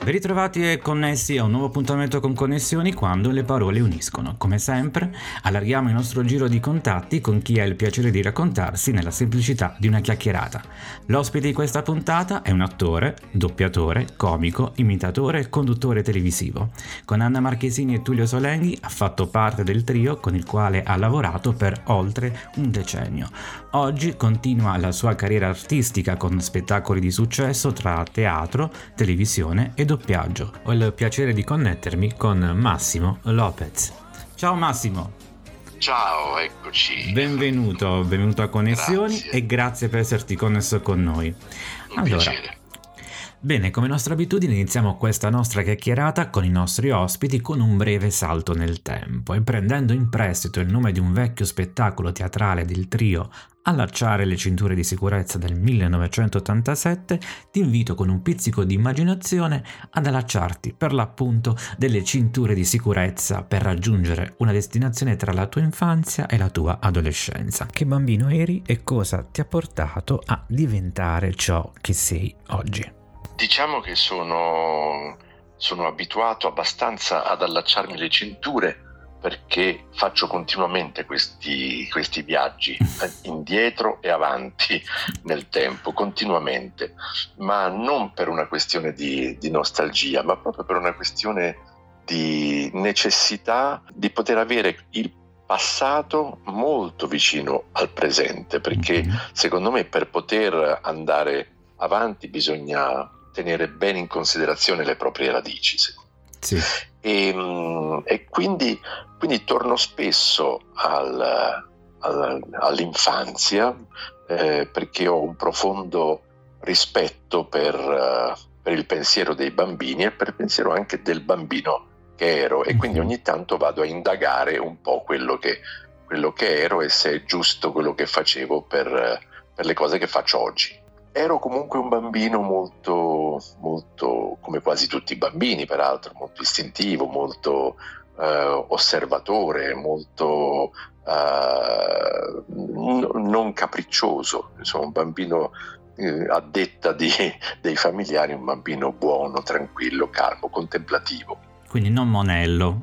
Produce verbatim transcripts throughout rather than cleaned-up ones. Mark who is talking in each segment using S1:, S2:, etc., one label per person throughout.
S1: Ben ritrovati e connessi a un nuovo appuntamento con Connessioni quando le parole uniscono. Come sempre, allarghiamo il nostro giro di contatti con chi ha il piacere di raccontarsi nella semplicità di una chiacchierata. L'ospite di questa puntata è un attore, doppiatore, comico, imitatore e conduttore televisivo. Con Anna Marchesini e Tullio Solenghi ha fatto parte del trio con il quale ha lavorato per oltre un decennio. Oggi continua la sua carriera artistica con spettacoli di successo tra teatro, televisione e doppiaggio. Ho il piacere di connettermi con Massimo Lopez. Ciao Massimo.
S2: Ciao, eccoci.
S1: Benvenuto, benvenuto a Connessioni
S2: Grazie.
S1: E grazie per esserti connesso con noi.
S2: Un
S1: allora,
S2: piacere.
S1: Bene, come nostra abitudine iniziamo questa nostra chiacchierata con i nostri ospiti con un breve salto nel tempo e prendendo in prestito il nome di un vecchio spettacolo teatrale del trio Allacciare le cinture di sicurezza del millenovecentottantasette, ti invito con un pizzico di immaginazione ad allacciarti per l'appunto delle cinture di sicurezza per raggiungere una destinazione tra la tua infanzia e la tua adolescenza. Che bambino eri e cosa ti ha portato a diventare ciò che sei oggi?
S2: Diciamo che sono, sono abituato abbastanza ad allacciarmi le cinture perché faccio continuamente questi, questi viaggi indietro e avanti nel tempo, continuamente, ma non per una questione di, di nostalgia, ma proprio per una questione di necessità di poter avere il passato molto vicino al presente, perché secondo me per poter andare avanti bisogna tenere bene in considerazione le proprie radici.
S1: Sì.
S2: E, e quindi, quindi torno spesso al, al, all'infanzia eh, perché ho un profondo rispetto per, uh, per il pensiero dei bambini e per il pensiero anche del bambino che ero, e quindi ogni tanto vado a indagare un po' quello che, quello che ero e se è giusto quello che facevo per, per le cose che faccio oggi. Ero comunque un bambino molto, molto, come quasi tutti i bambini peraltro, molto istintivo, molto eh, osservatore, molto eh, n- non capriccioso. Insomma, un bambino eh, a detta di, dei familiari, un bambino buono, tranquillo, calmo, contemplativo.
S1: Quindi non monello.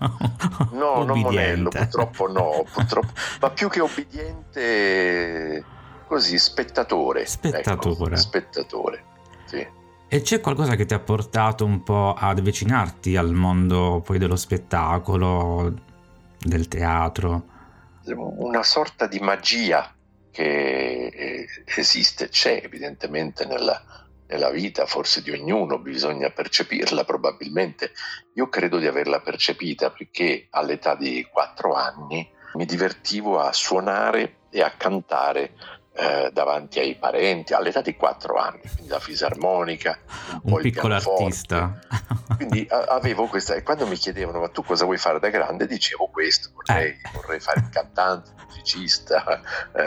S2: No, non monello, purtroppo no, purtroppo, ma più che obbediente... Così, spettatore.
S1: Spettatore.
S2: Ecco, spettatore, sì.
S1: E c'è qualcosa che ti ha portato un po' ad avvicinarti al mondo poi dello spettacolo, del teatro?
S2: Una sorta di magia che esiste, c'è evidentemente nella, nella vita, forse di ognuno, bisogna percepirla probabilmente. Io credo di averla percepita perché all'età di quattro anni mi divertivo a suonare e a cantare Eh, davanti ai parenti all'età di quattro anni, quindi la fisarmonica, un,
S1: un
S2: po'
S1: piccolo
S2: il
S1: artista.
S2: Quindi a- avevo questa, e quando mi chiedevano ma tu cosa vuoi fare da grande, dicevo questo, vorrei,
S1: Eh.
S2: vorrei fare il cantante, il musicista,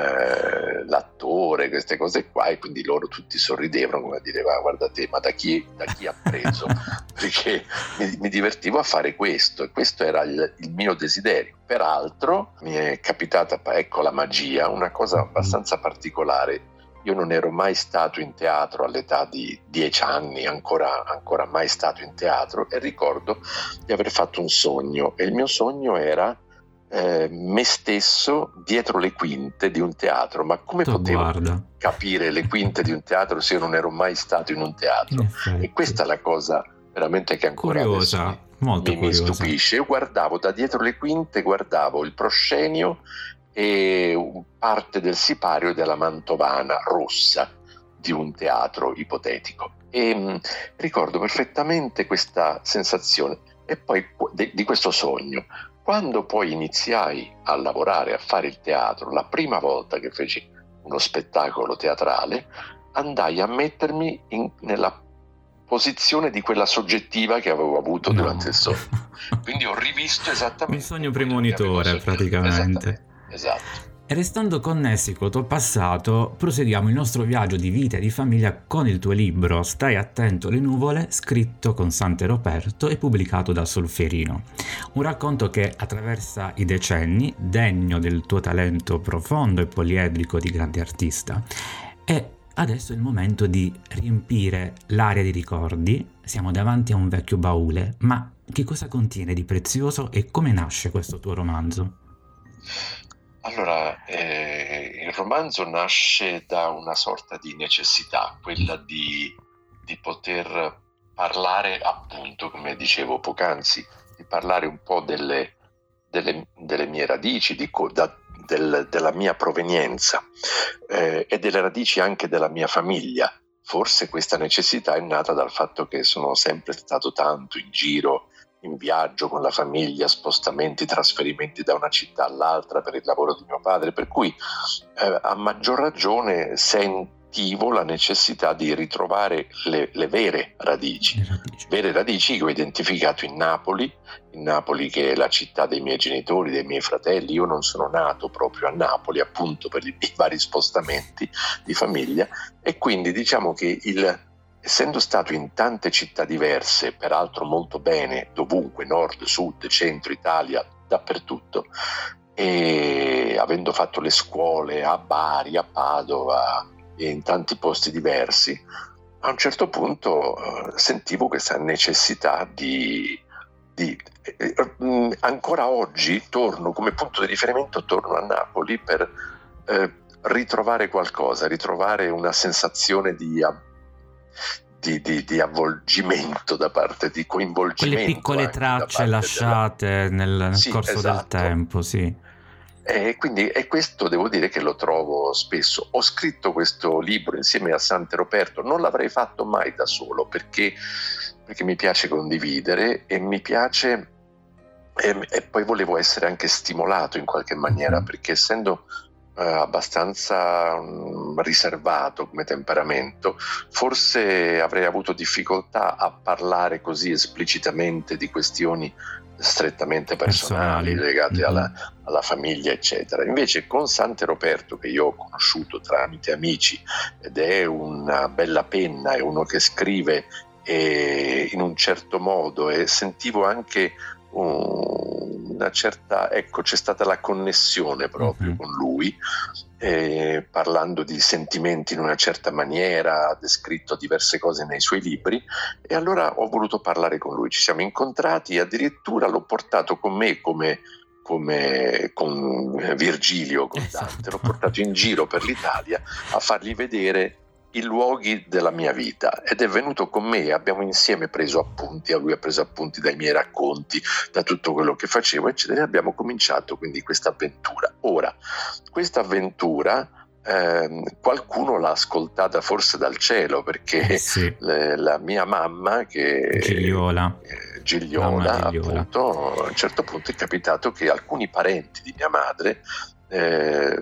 S2: eh, l'attore, queste cose qua, e quindi loro tutti sorridevano come a dire ma guarda te, ma da chi, da chi ha preso? Perché mi, mi divertivo a fare questo e questo era il, il mio desiderio. Peraltro mi è capitata, ecco la magia, una cosa abbastanza particolare. Io non ero mai stato in teatro all'età di dieci anni, ancora, ancora mai stato in teatro, e ricordo di aver fatto un sogno, e il mio sogno era eh, me stesso dietro le quinte di un teatro. Ma come
S1: Oh,
S2: potevo
S1: guarda.
S2: capire le quinte di un teatro se io non ero mai stato in un teatro?
S1: In effetti.
S2: E questa è la cosa veramente che ancora
S1: curiosa,
S2: adesso
S1: molto
S2: mi, mi
S1: curiosa.
S2: stupisce. Io guardavo da dietro le quinte, guardavo il proscenio e parte del sipario della mantovana rossa di un teatro ipotetico, e mh, ricordo perfettamente questa sensazione e poi de, di questo sogno. Quando poi iniziai a lavorare, a fare il teatro, la prima volta che feci uno spettacolo teatrale, andai a mettermi in, nella posizione di quella soggettiva che avevo avuto
S1: No.
S2: durante il sogno. Quindi ho rivisto esattamente
S1: un sogno premonitore praticamente.
S2: Esatto.
S1: E restando connessi col tuo passato, proseguiamo il nostro viaggio di vita e di famiglia con il tuo libro Stai attento le nuvole, scritto con Sante Roberto e pubblicato da Solferino. Un racconto che attraversa i decenni, degno del tuo talento profondo e poliedrico di grande artista. E Adesso è il momento di riempire l'area di ricordi. Siamo davanti a un vecchio baule, ma che cosa contiene di prezioso e come nasce questo tuo romanzo?
S2: Allora, eh, il romanzo nasce da una sorta di necessità, quella di, di poter parlare, appunto, come dicevo poc'anzi, di parlare un po' delle, delle, delle mie radici, di, da, del, della mia provenienza eh, e delle radici anche della mia famiglia. Forse questa necessità è nata dal fatto che sono sempre stato tanto in giro, in viaggio con la famiglia, spostamenti, trasferimenti da una città all'altra per il lavoro di mio padre, per cui eh, a maggior ragione sentivo la necessità di ritrovare le, le vere radici,
S1: Le radici.
S2: vere radici che ho identificato in Napoli, in Napoli che è la città dei miei genitori, dei miei fratelli. Io non sono nato proprio a Napoli, appunto per i, i vari spostamenti di famiglia, e quindi diciamo che il essendo stato in tante città diverse, peraltro molto bene, dovunque, nord, sud, centro Italia, dappertutto, e avendo fatto le scuole a Bari, a Padova e in tanti posti diversi, a un certo punto eh, sentivo questa necessità di... di eh, eh, ancora oggi torno, come punto di riferimento, torno a Napoli per eh, ritrovare qualcosa, ritrovare una sensazione di... Di, di, di avvolgimento da parte, di coinvolgimento.
S1: Quelle piccole tracce lasciate della... nel, nel
S2: sì,
S1: corso
S2: esatto.
S1: del tempo, sì.
S2: E quindi e questo devo dire che lo trovo spesso. Ho scritto questo libro insieme a Sant'Eroperto, non l'avrei fatto mai da solo perché, perché mi piace condividere e mi piace e, e poi volevo essere anche stimolato in qualche maniera, mm-hmm. perché essendo Uh, abbastanza um, riservato come temperamento, forse avrei avuto difficoltà a parlare così esplicitamente di questioni strettamente personali, personali. legate mm-hmm. alla, alla famiglia, eccetera. Invece con Sant'Eroperto, che io ho conosciuto tramite amici, ed è una bella penna, è uno che scrive e in un certo modo, e sentivo anche una certa, ecco, c'è stata la connessione proprio mm-hmm. con lui, eh, parlando di sentimenti in una certa maniera, ha descritto diverse cose nei suoi libri, e allora ho voluto parlare con lui. Ci siamo incontrati e addirittura l'ho portato con me come, come con Virgilio, con Dante, l'ho portato in giro per l'Italia a fargli vedere i luoghi della mia vita, ed è venuto con me e abbiamo insieme preso appunti, a lui ha preso appunti dai miei racconti, da tutto quello che facevo, eccetera, e abbiamo cominciato quindi questa avventura. Ora, questa avventura ehm, qualcuno l'ha ascoltata forse dal cielo, perché
S1: eh sì.
S2: le, la mia mamma, che
S1: Gigliola,
S2: eh, Gigliola,
S1: Gigliola,
S2: appunto, a un certo punto è capitato che alcuni parenti di mia madre eh,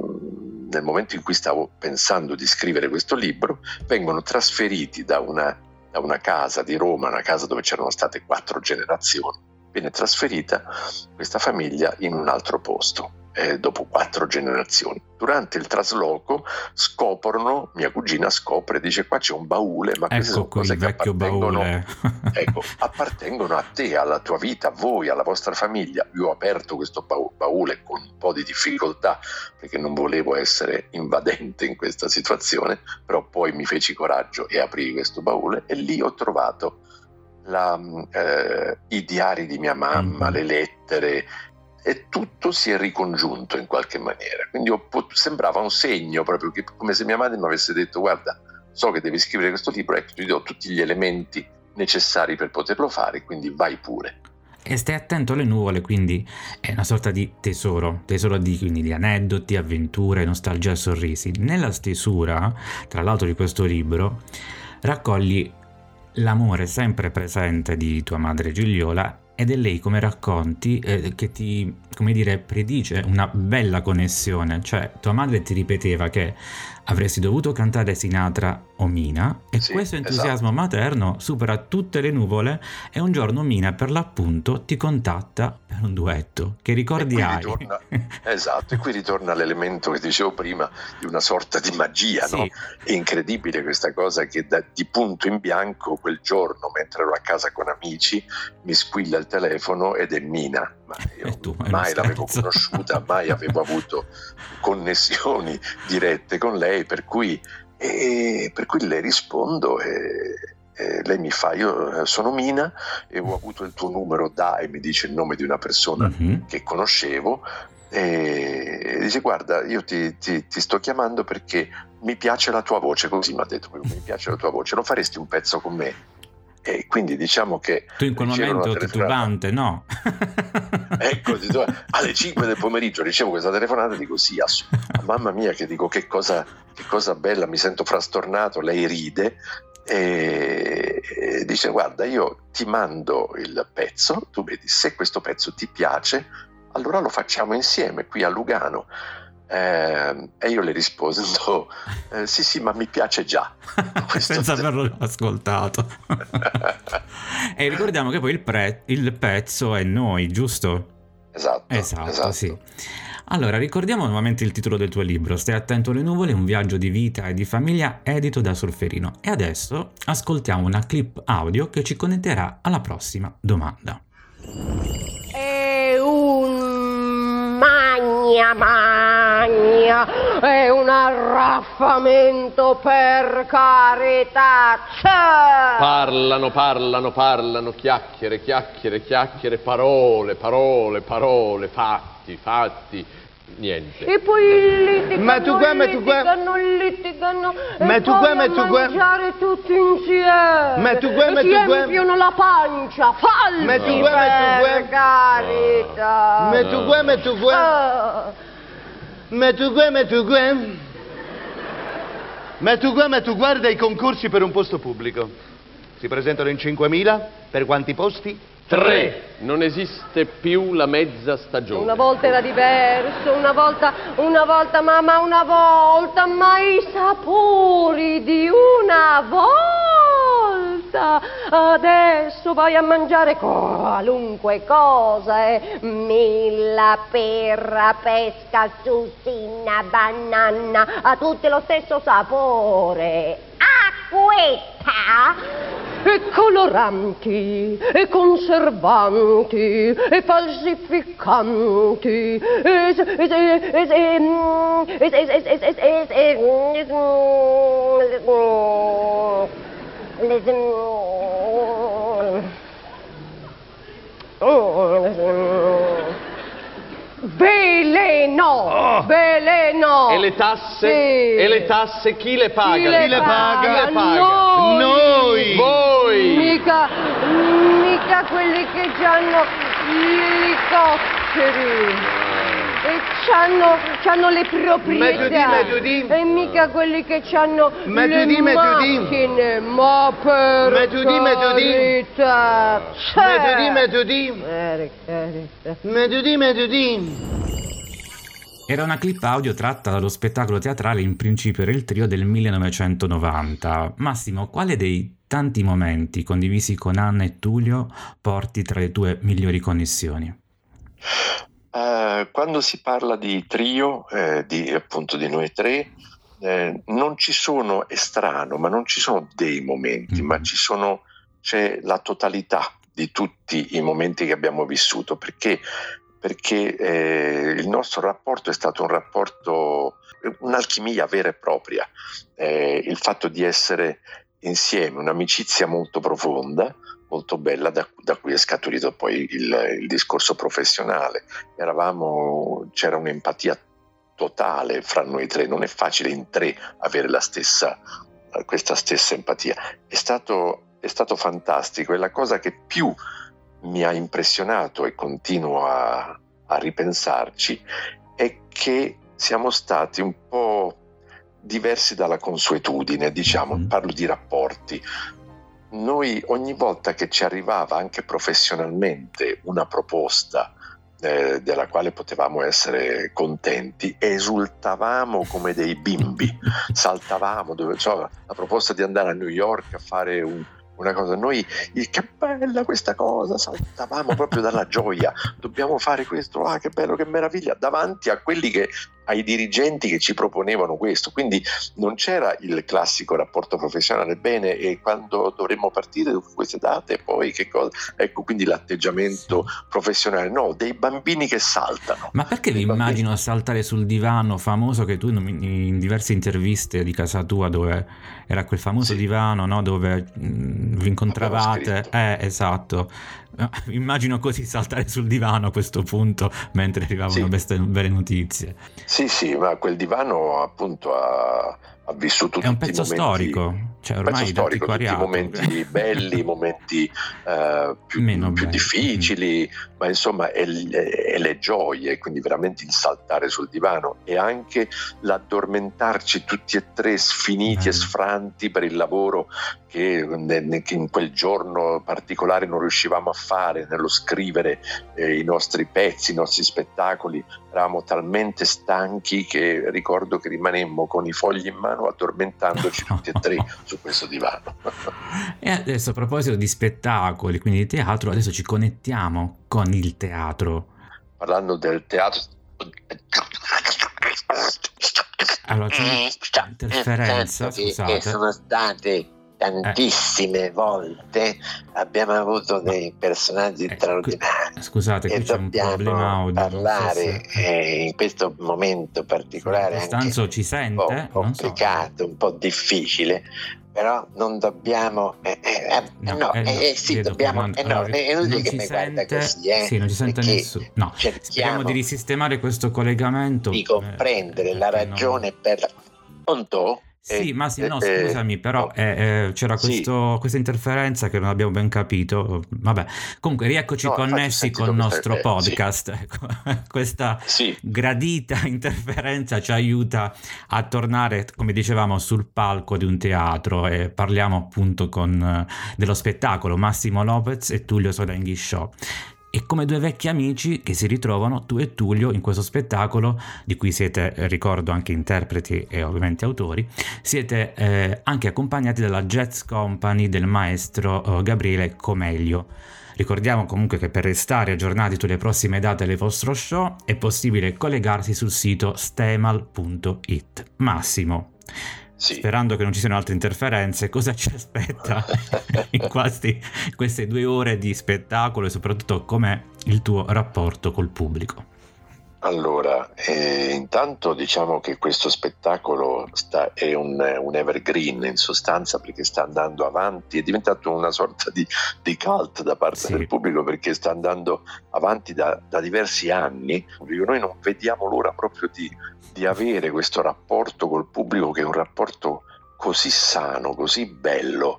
S2: nel momento in cui stavo pensando di scrivere questo libro, vengono trasferiti da una, da una casa di Roma, una casa dove c'erano state quattro generazioni. Viene trasferita questa famiglia in un altro posto, eh, dopo quattro generazioni. Durante il trasloco scoprono, mia cugina scopre, dice: qua c'è un baule, ma queste
S1: ecco
S2: sono cose che appartengono, ecco, appartengono a te, alla tua vita, a voi, alla vostra famiglia. Io ho aperto questo baule con un po' di difficoltà, perché non volevo essere invadente in questa situazione, però poi mi feci coraggio e aprii questo baule, e lì ho trovato la, eh, i diari di mia mamma, mm-hmm. le lettere, e tutto si è ricongiunto in qualche maniera. Quindi ho pot- sembrava un segno, proprio che, come se mia madre mi avesse detto: guarda, so che devi scrivere questo libro, ecco, ti do tutti gli elementi necessari per poterlo fare, quindi vai pure.
S1: E stai attento alle nuvole, quindi è una sorta di tesoro, tesoro di, quindi, di aneddoti, avventure, nostalgia e sorrisi. Nella stesura, tra l'altro, di questo libro, raccogli l'amore sempre presente di tua madre Gigliola, ed è lei, come racconti, eh, che ti, come dire, predice una bella connessione. Cioè, tua madre ti ripeteva che avresti dovuto cantare Sinatra o Mina, e sì, questo entusiasmo esatto. materno supera tutte le nuvole, e un giorno Mina, per l'appunto, ti contatta per un duetto. Che ricordi hai?
S2: Ritorna, esatto, e qui ritorna l'elemento che dicevo prima di una sorta di magia, sì. no? È incredibile questa cosa che da, di punto in bianco quel giorno, mentre ero a casa con amici, mi squilla il telefono ed è Mina. Ma io tu, mai l'avevo conosciuta, mai avevo avuto connessioni dirette con lei, per cui E per cui le rispondo e, e lei mi fa: io sono Mina e ho avuto il tuo numero da, e mi dice il nome di una persona mm-hmm. che conoscevo, e dice: guarda, io ti, ti, ti sto chiamando perché mi piace la tua voce, così mi ha detto, mi piace la tua voce, non faresti un pezzo con me? E quindi diciamo che
S1: tu in quel momento titubante, no?
S2: Ecco, alle cinque del pomeriggio ricevo questa telefonata e dico sì, ass- mamma mia, che dico che cosa, che cosa bella, mi sento frastornato. Lei ride e, e dice: guarda, io ti mando il pezzo, tu vedi, se questo pezzo ti piace allora lo facciamo insieme qui a Lugano. Eh, e io le rispondo eh, sì sì, ma mi piace già.
S1: Senza averlo ascoltato. E ricordiamo che poi il, pre- il pezzo è Noi, giusto?
S2: Esatto,
S1: esatto,
S2: esatto.
S1: Sì. Allora, ricordiamo nuovamente il titolo del tuo libro: Stai attento alle nuvole, un viaggio di vita e di famiglia, edito da Solferino. E adesso ascoltiamo una clip audio che ci connetterà alla prossima domanda.
S3: È un magna magna, è un arraffamento, per carità. C'è.
S4: Parlano, parlano, parlano, chiacchiere, chiacchiere, chiacchiere, parole, parole, parole, fatti, fatti, niente.
S3: E poi litigano,
S5: ma tu qua, ma tu qua.
S3: litigano, litigano,
S5: ma
S3: e
S5: tu
S3: poi
S5: qua, ma
S3: a
S5: tu qua.
S3: mangiare tutti insieme.
S5: Ma tu qua, ma
S3: e
S5: tu
S3: si
S5: qua.
S3: empiano la pancia, falsi,
S5: ma tu qua, ma tu
S3: per
S5: qua.
S3: carità.
S5: Ma tu qua, ma tu qua.
S3: Ah.
S5: Ma tu qua, ma tu qua. Ma tu qua, ma tu guarda i concorsi per un posto pubblico. Si presentano in cinquemila, per quanti posti?
S4: Tre. Non esiste più la mezza stagione.
S3: Una volta era diverso, una volta, una volta, mamma, una volta, ma i sapori di una volta. Adesso vai a mangiare qualunque cosa, eh. Milla, perra, pesca, susina, banana, ha tutte lo stesso sapore. Acquetta! E coloranti, e conservanti, e falsificanti, e veleno, oh. veleno.
S4: E le tasse?
S3: Sì.
S4: E le tasse chi le paga?
S3: Chi le,
S5: chi le paga?
S3: paga?
S4: Chi le paga?
S3: Noi.
S5: Noi.
S4: Voi.
S3: Mica, mica quelli che hanno gli elicotteri. E c'hanno, c'hanno le proprietà.
S5: Ma tu di,
S3: e mica quelli che c'hanno
S5: ma
S3: le
S5: tu di, ma tu di.
S3: macchine. Ma per
S5: ma tu di, ma tu di.
S3: carità.
S5: Ma tu di, ma tu di.
S3: Per carità.
S5: Ma tu di, ma tu di.
S1: Era una clip audio tratta dallo spettacolo teatrale In principio era il trio del millenovecentonovanta. Massimo, quale dei tanti momenti condivisi con Anna e Tullio porti tra le tue migliori connessioni?
S2: Uh, quando si parla di trio, eh, di, appunto di noi tre, eh, non ci sono, è strano, ma non ci sono dei momenti, mm. ma ci sono, c'è la totalità di tutti i momenti che abbiamo vissuto, perché, perché eh, il nostro rapporto è stato un rapporto, un'alchimia vera e propria, eh, il fatto di essere insieme, un'amicizia molto profonda, molto bella, da, da cui è scaturito poi il, il discorso professionale. Eravamo, c'era un'empatia totale fra noi tre, non è facile in tre avere la stessa, questa stessa empatia. È stato, è stato fantastico, e la cosa che più mi ha impressionato, e continuo a, a ripensarci, è che siamo stati un po' diversi dalla consuetudine, diciamo, parlo di rapporti. Noi ogni volta che ci arrivava anche professionalmente una proposta eh, della quale potevamo essere contenti, esultavamo come dei bimbi, saltavamo, dove, cioè, la proposta di andare a New York a fare un, una cosa, noi, che bella questa cosa, saltavamo proprio dalla gioia, dobbiamo fare questo, ah che bello, che meraviglia, davanti a quelli che ai dirigenti che ci proponevano questo, quindi non c'era il classico rapporto professionale, bene, e quando dovremmo partire queste date, poi che cosa, ecco, quindi l'atteggiamento sì. professionale, no, dei bambini che saltano.
S1: Ma perché vi immagino a saltare sul divano famoso che tu in diverse interviste di casa tua, dove era quel famoso sì. divano, no, dove mh, vi incontravate, eh, esatto, immagino così saltare sul divano a questo punto mentre arrivavano sì. belle notizie.
S2: Sì, sì, ma quel divano appunto ha, ha vissuto tutti i momenti.
S1: È un pezzo storico, cioè ormai
S2: pezzo storico, tutti i momenti belli, momenti uh, più,
S1: Meno
S2: più
S1: belli.
S2: difficili, mm-hmm. ma insomma e, e le gioie, quindi veramente il saltare sul divano e anche l'addormentarci tutti e tre sfiniti mm. e sfranti per il lavoro che, che in quel giorno particolare non riuscivamo a fare, nello scrivere eh, i nostri pezzi, i nostri spettacoli. Eravamo talmente stanchi che ricordo che rimanemmo con i fogli in mano addormentandoci tutti e tre su questo divano.
S1: E adesso, a proposito di spettacoli, quindi di teatro, adesso ci connettiamo con il teatro.
S2: Parlando del teatro,
S1: allora c'è un'interferenza, scusate.
S6: Che sono state tantissime eh. volte, abbiamo avuto dei personaggi
S1: eh,
S6: straordinari.
S1: Scusate, qui
S6: e
S1: c'è un problema audio.
S6: Parlare
S1: so se...
S6: eh, in questo momento particolare
S1: Costanzo
S6: anche
S1: ci sente?
S6: un po' complicato, so. un po' difficile, però non dobbiamo eh, eh, no, no eh, eh, sì dobbiamo non, eh, no, allora, è inutile che mi guarda così eh,
S1: sì, non ci sente nessuno, no, speriamo di risistemare questo collegamento,
S6: di comprendere eh, la ragione no. per conto.
S1: Sì,
S6: eh,
S1: ma sì, no,
S6: eh,
S1: scusami, però
S6: no.
S1: eh, eh, c'era questo,
S6: sì.
S1: questa interferenza che non abbiamo ben capito. Vabbè, comunque rieccoci no, connessi col nostro podcast. Sì. Ecco, questa
S2: sì.
S1: gradita interferenza ci aiuta a tornare, come dicevamo, sul palco di un teatro e parliamo appunto con dello spettacolo Massimo Lopez e Tullio Solenghi Show. E come due vecchi amici che si ritrovano, tu e Tullio, in questo spettacolo, di cui siete, ricordo, anche interpreti e ovviamente autori, siete eh, anche accompagnati dalla Jazz Company del maestro eh, Gabriele Comelio. Ricordiamo comunque che per restare aggiornati sulle prossime date del vostro show è possibile collegarsi sul sito stemal punto it. Massimo, sì. Sperando che non ci siano altre interferenze, cosa ci aspetta in questi, queste due ore di spettacolo e soprattutto com'è il tuo rapporto col pubblico?
S2: Allora, eh, intanto diciamo che questo spettacolo sta, è un, un evergreen in sostanza, perché sta andando avanti, è diventato una sorta di, di cult da parte sì. del pubblico, perché sta andando avanti da, da diversi anni. Noi non vediamo l'ora proprio di, di avere questo rapporto col pubblico, che è un rapporto così sano, così bello,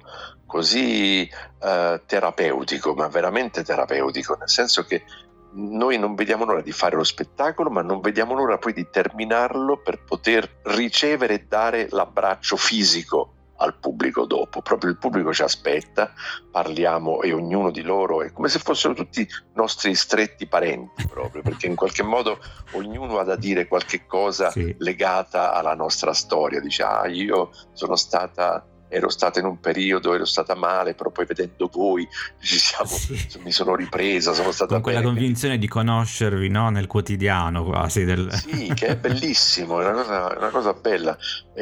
S2: così eh, terapeutico, ma veramente terapeutico, nel senso che noi non vediamo l'ora di fare lo spettacolo, ma non vediamo l'ora poi di terminarlo per poter ricevere e dare l'abbraccio fisico al pubblico dopo. Proprio il pubblico ci aspetta, parliamo e ognuno di loro è come se fossero tutti nostri stretti parenti, proprio perché in qualche modo ognuno ha da dire qualche cosa sì. legata alla nostra storia. Dice, ah, io sono stata... ero stata in un periodo, ero stata male, però poi vedendo voi ci siamo, sì. mi sono ripresa, sono stata
S1: con quella
S2: bene.
S1: Convinzione di conoscervi, no? Nel quotidiano quasi. Del...
S2: Sì, che è bellissimo, è una cosa, una cosa bella.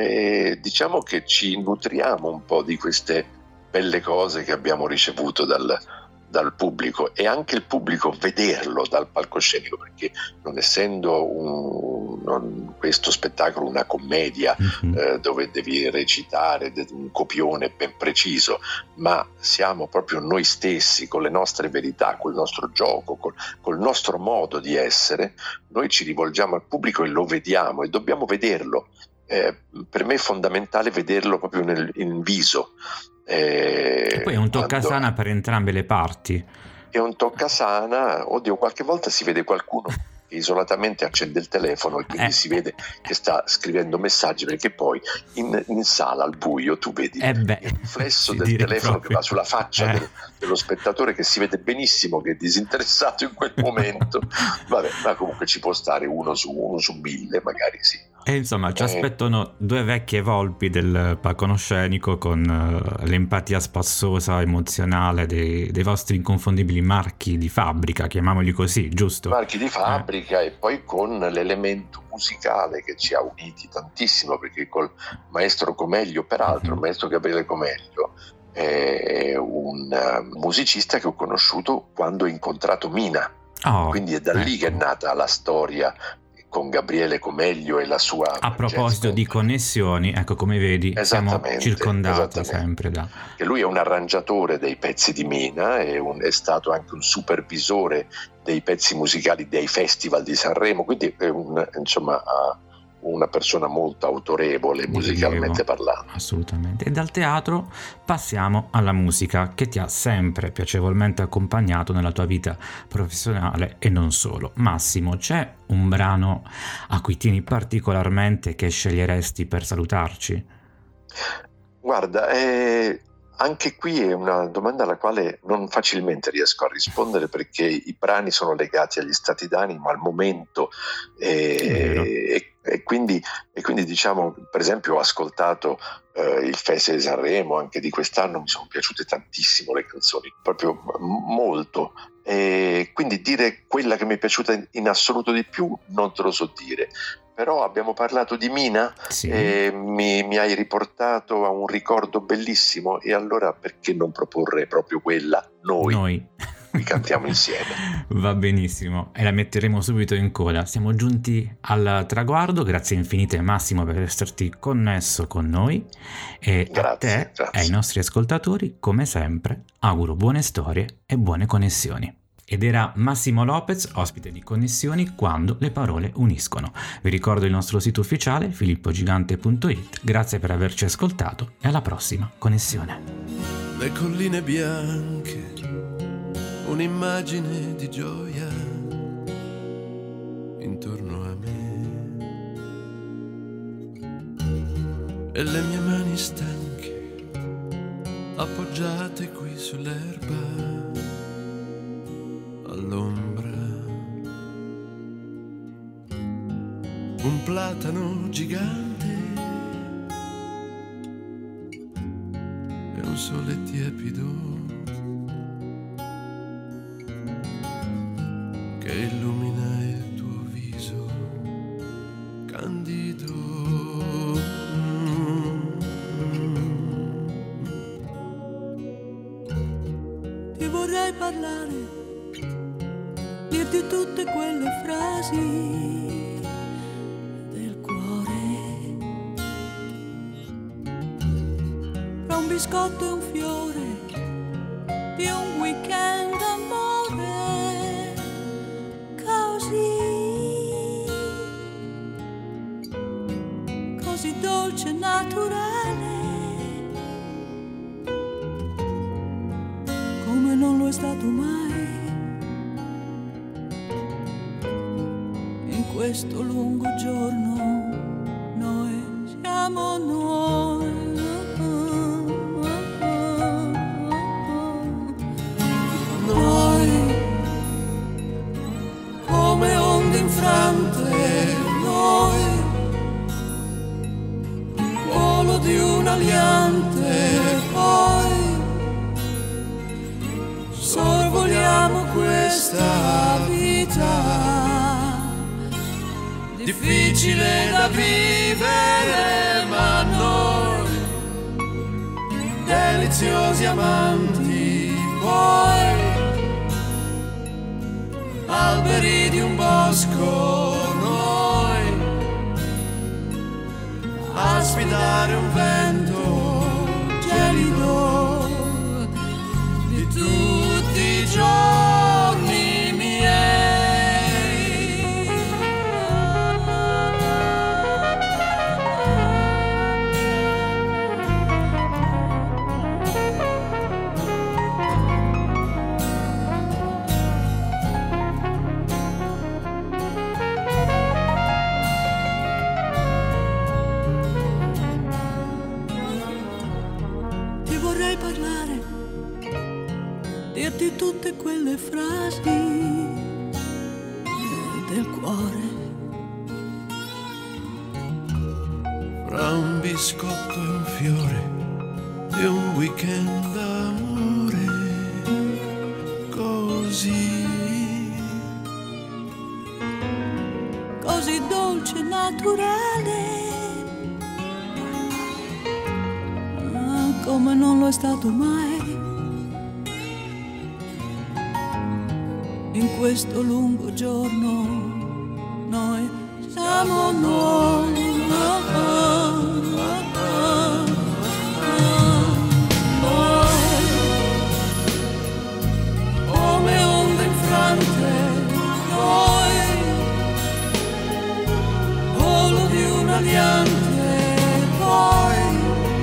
S2: E diciamo che ci nutriamo un po' di queste belle cose che abbiamo ricevuto dal, dal pubblico, e anche il pubblico vederlo dal palcoscenico, perché non essendo un, non, questo spettacolo una commedia mm-hmm. eh, dove devi recitare un copione ben preciso, ma siamo proprio noi stessi con le nostre verità, col nostro gioco, col, col nostro modo di essere, noi ci rivolgiamo al pubblico e lo vediamo e dobbiamo vederlo. Eh, per me è fondamentale vederlo proprio nel, in viso. Eh,
S1: e poi è un toccasana quando... per entrambe le parti.
S2: È un toccasana, oddio, qualche volta si vede qualcuno che isolatamente accende il telefono e quindi eh. si vede che sta scrivendo messaggi, perché poi in, in sala al buio tu vedi
S1: eh beh,
S2: il riflesso del telefono proprio. Che va sulla faccia
S1: eh.
S2: del, dello spettatore, che si vede benissimo che è disinteressato in quel momento. Vabbè, ma comunque ci può stare uno su uno su mille, magari sì.
S1: E insomma ci
S2: Eh,
S1: aspettano due vecchie volpi del palcoscenico con eh, l'empatia spassosa, emozionale dei, dei vostri inconfondibili marchi di fabbrica, chiamiamoli così, giusto?
S2: marchi di
S1: Eh,
S2: fabbrica e poi con l'elemento musicale che ci ha uniti tantissimo, perché col maestro Comeglio, peraltro il
S1: mhm.
S2: maestro Gabriele Comeglio è un eh, musicista che ho conosciuto quando ho incontrato Mina,
S1: Oh,
S2: quindi è da lì che è
S1: ecco.
S2: nata la storia con Gabriele Comeglio e la sua
S1: A
S2: jazz
S1: proposito di
S2: company.
S1: connessioni, ecco come vedi, siamo
S2: Esattamente,
S1: circondati
S2: esattamente.
S1: sempre da...
S2: Che lui è un arrangiatore dei pezzi di Mina, è, un- è stato anche un supervisore dei pezzi musicali dei festival di Sanremo, quindi è un- insomma ha una persona molto autorevole
S1: Di
S2: musicalmente
S1: rilievo,
S2: parlando.
S1: assolutamente. E dal teatro passiamo alla musica che ti ha sempre piacevolmente accompagnato nella tua vita professionale e non solo. Massimo, c'è un brano a cui tieni particolarmente che sceglieresti per salutarci?
S2: Guarda, eh, anche qui è una domanda alla quale non facilmente riesco a rispondere perché i brani sono legati agli stati d'animo, al momento
S1: Vero.
S2: eh, e, e quindi, e quindi diciamo, per esempio ho ascoltato eh, il Festival di Sanremo anche di quest'anno, mi sono piaciute tantissimo le canzoni, proprio m- molto. E quindi dire quella che mi è piaciuta in, in assoluto di più non te lo so dire. Però abbiamo parlato di Mina,
S1: Sì.
S2: e mi, mi hai riportato a un ricordo bellissimo e allora perché non proporre proprio quella noi,
S1: Noi.
S2: che cantiamo insieme.
S1: Va benissimo, e la metteremo subito in coda. Siamo giunti al traguardo, grazie infinite Massimo per esserti connesso con noi e a
S2: Grazie,
S1: te
S2: grazie.
S1: e ai nostri ascoltatori, come sempre, auguro buone storie e buone connessioni. Ed era Massimo Lopez, ospite di Connessioni quando le parole uniscono. Vi ricordo il nostro sito ufficiale filippogigante punto it. Grazie per averci ascoltato e alla prossima connessione.
S7: Le colline bianche, un'immagine di gioia intorno a me e le mie mani stanche appoggiate qui sull'erba all'ombra. Un platano gigante e un sole tiepido che illumina il tuo viso candido.
S8: Ti vorrei parlare, dirti tutte quelle frasi del cuore, fra un biscotto e un fiore di un weekend d'amore, così, così dolce e naturale, come non lo è stato mai in questo lungo giorno. Noi siamo noi. Noi come onde infrante, noi volo di un aliante, poi sorvoliamo questa vita difficile da vivere, ma noi deliziosi amanti, poi alberi di un bosco, noi a sfidare un vento gelido di tutti i giorni miei. Ti vorrei parlare, dirti tutte quelle frasi del cuore,
S7: fra un biscotto e un fiore di un weekend d'amore così,
S8: così dolce e naturale, ah, come non lo è stato mai in questo lungo giorno. Noi siamo noi. Oh, oh, oh, oh, noi, come onde infrante, noi, volo di un aliante, poi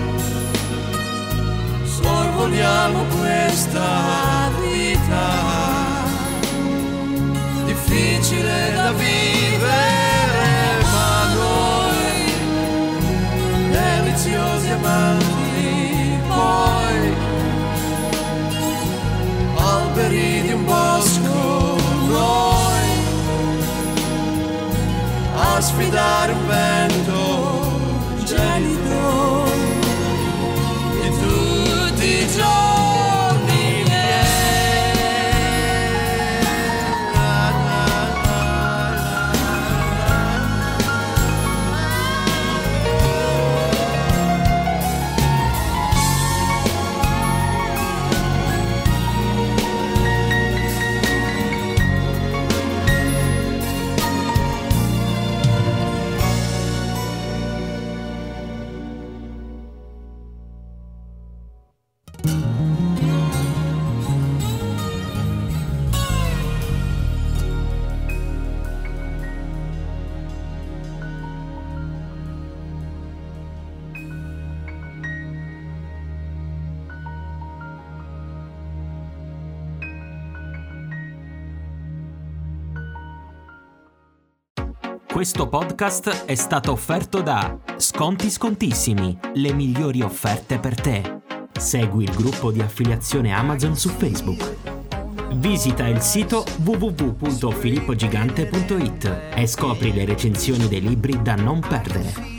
S8: sorvoliamo questa vita difficile da vivere, ma noi, deliziosi amanti, poi, alberi di un bosco, noi, a sfidare un vento gelido di tutti i giorni.
S9: Questo podcast è stato offerto da Sconti Scontissimi, le migliori offerte per te. Segui il gruppo di affiliazione Amazon su Facebook. Visita il sito w w w punto filippo gigante punto it e scopri le recensioni dei libri da non perdere.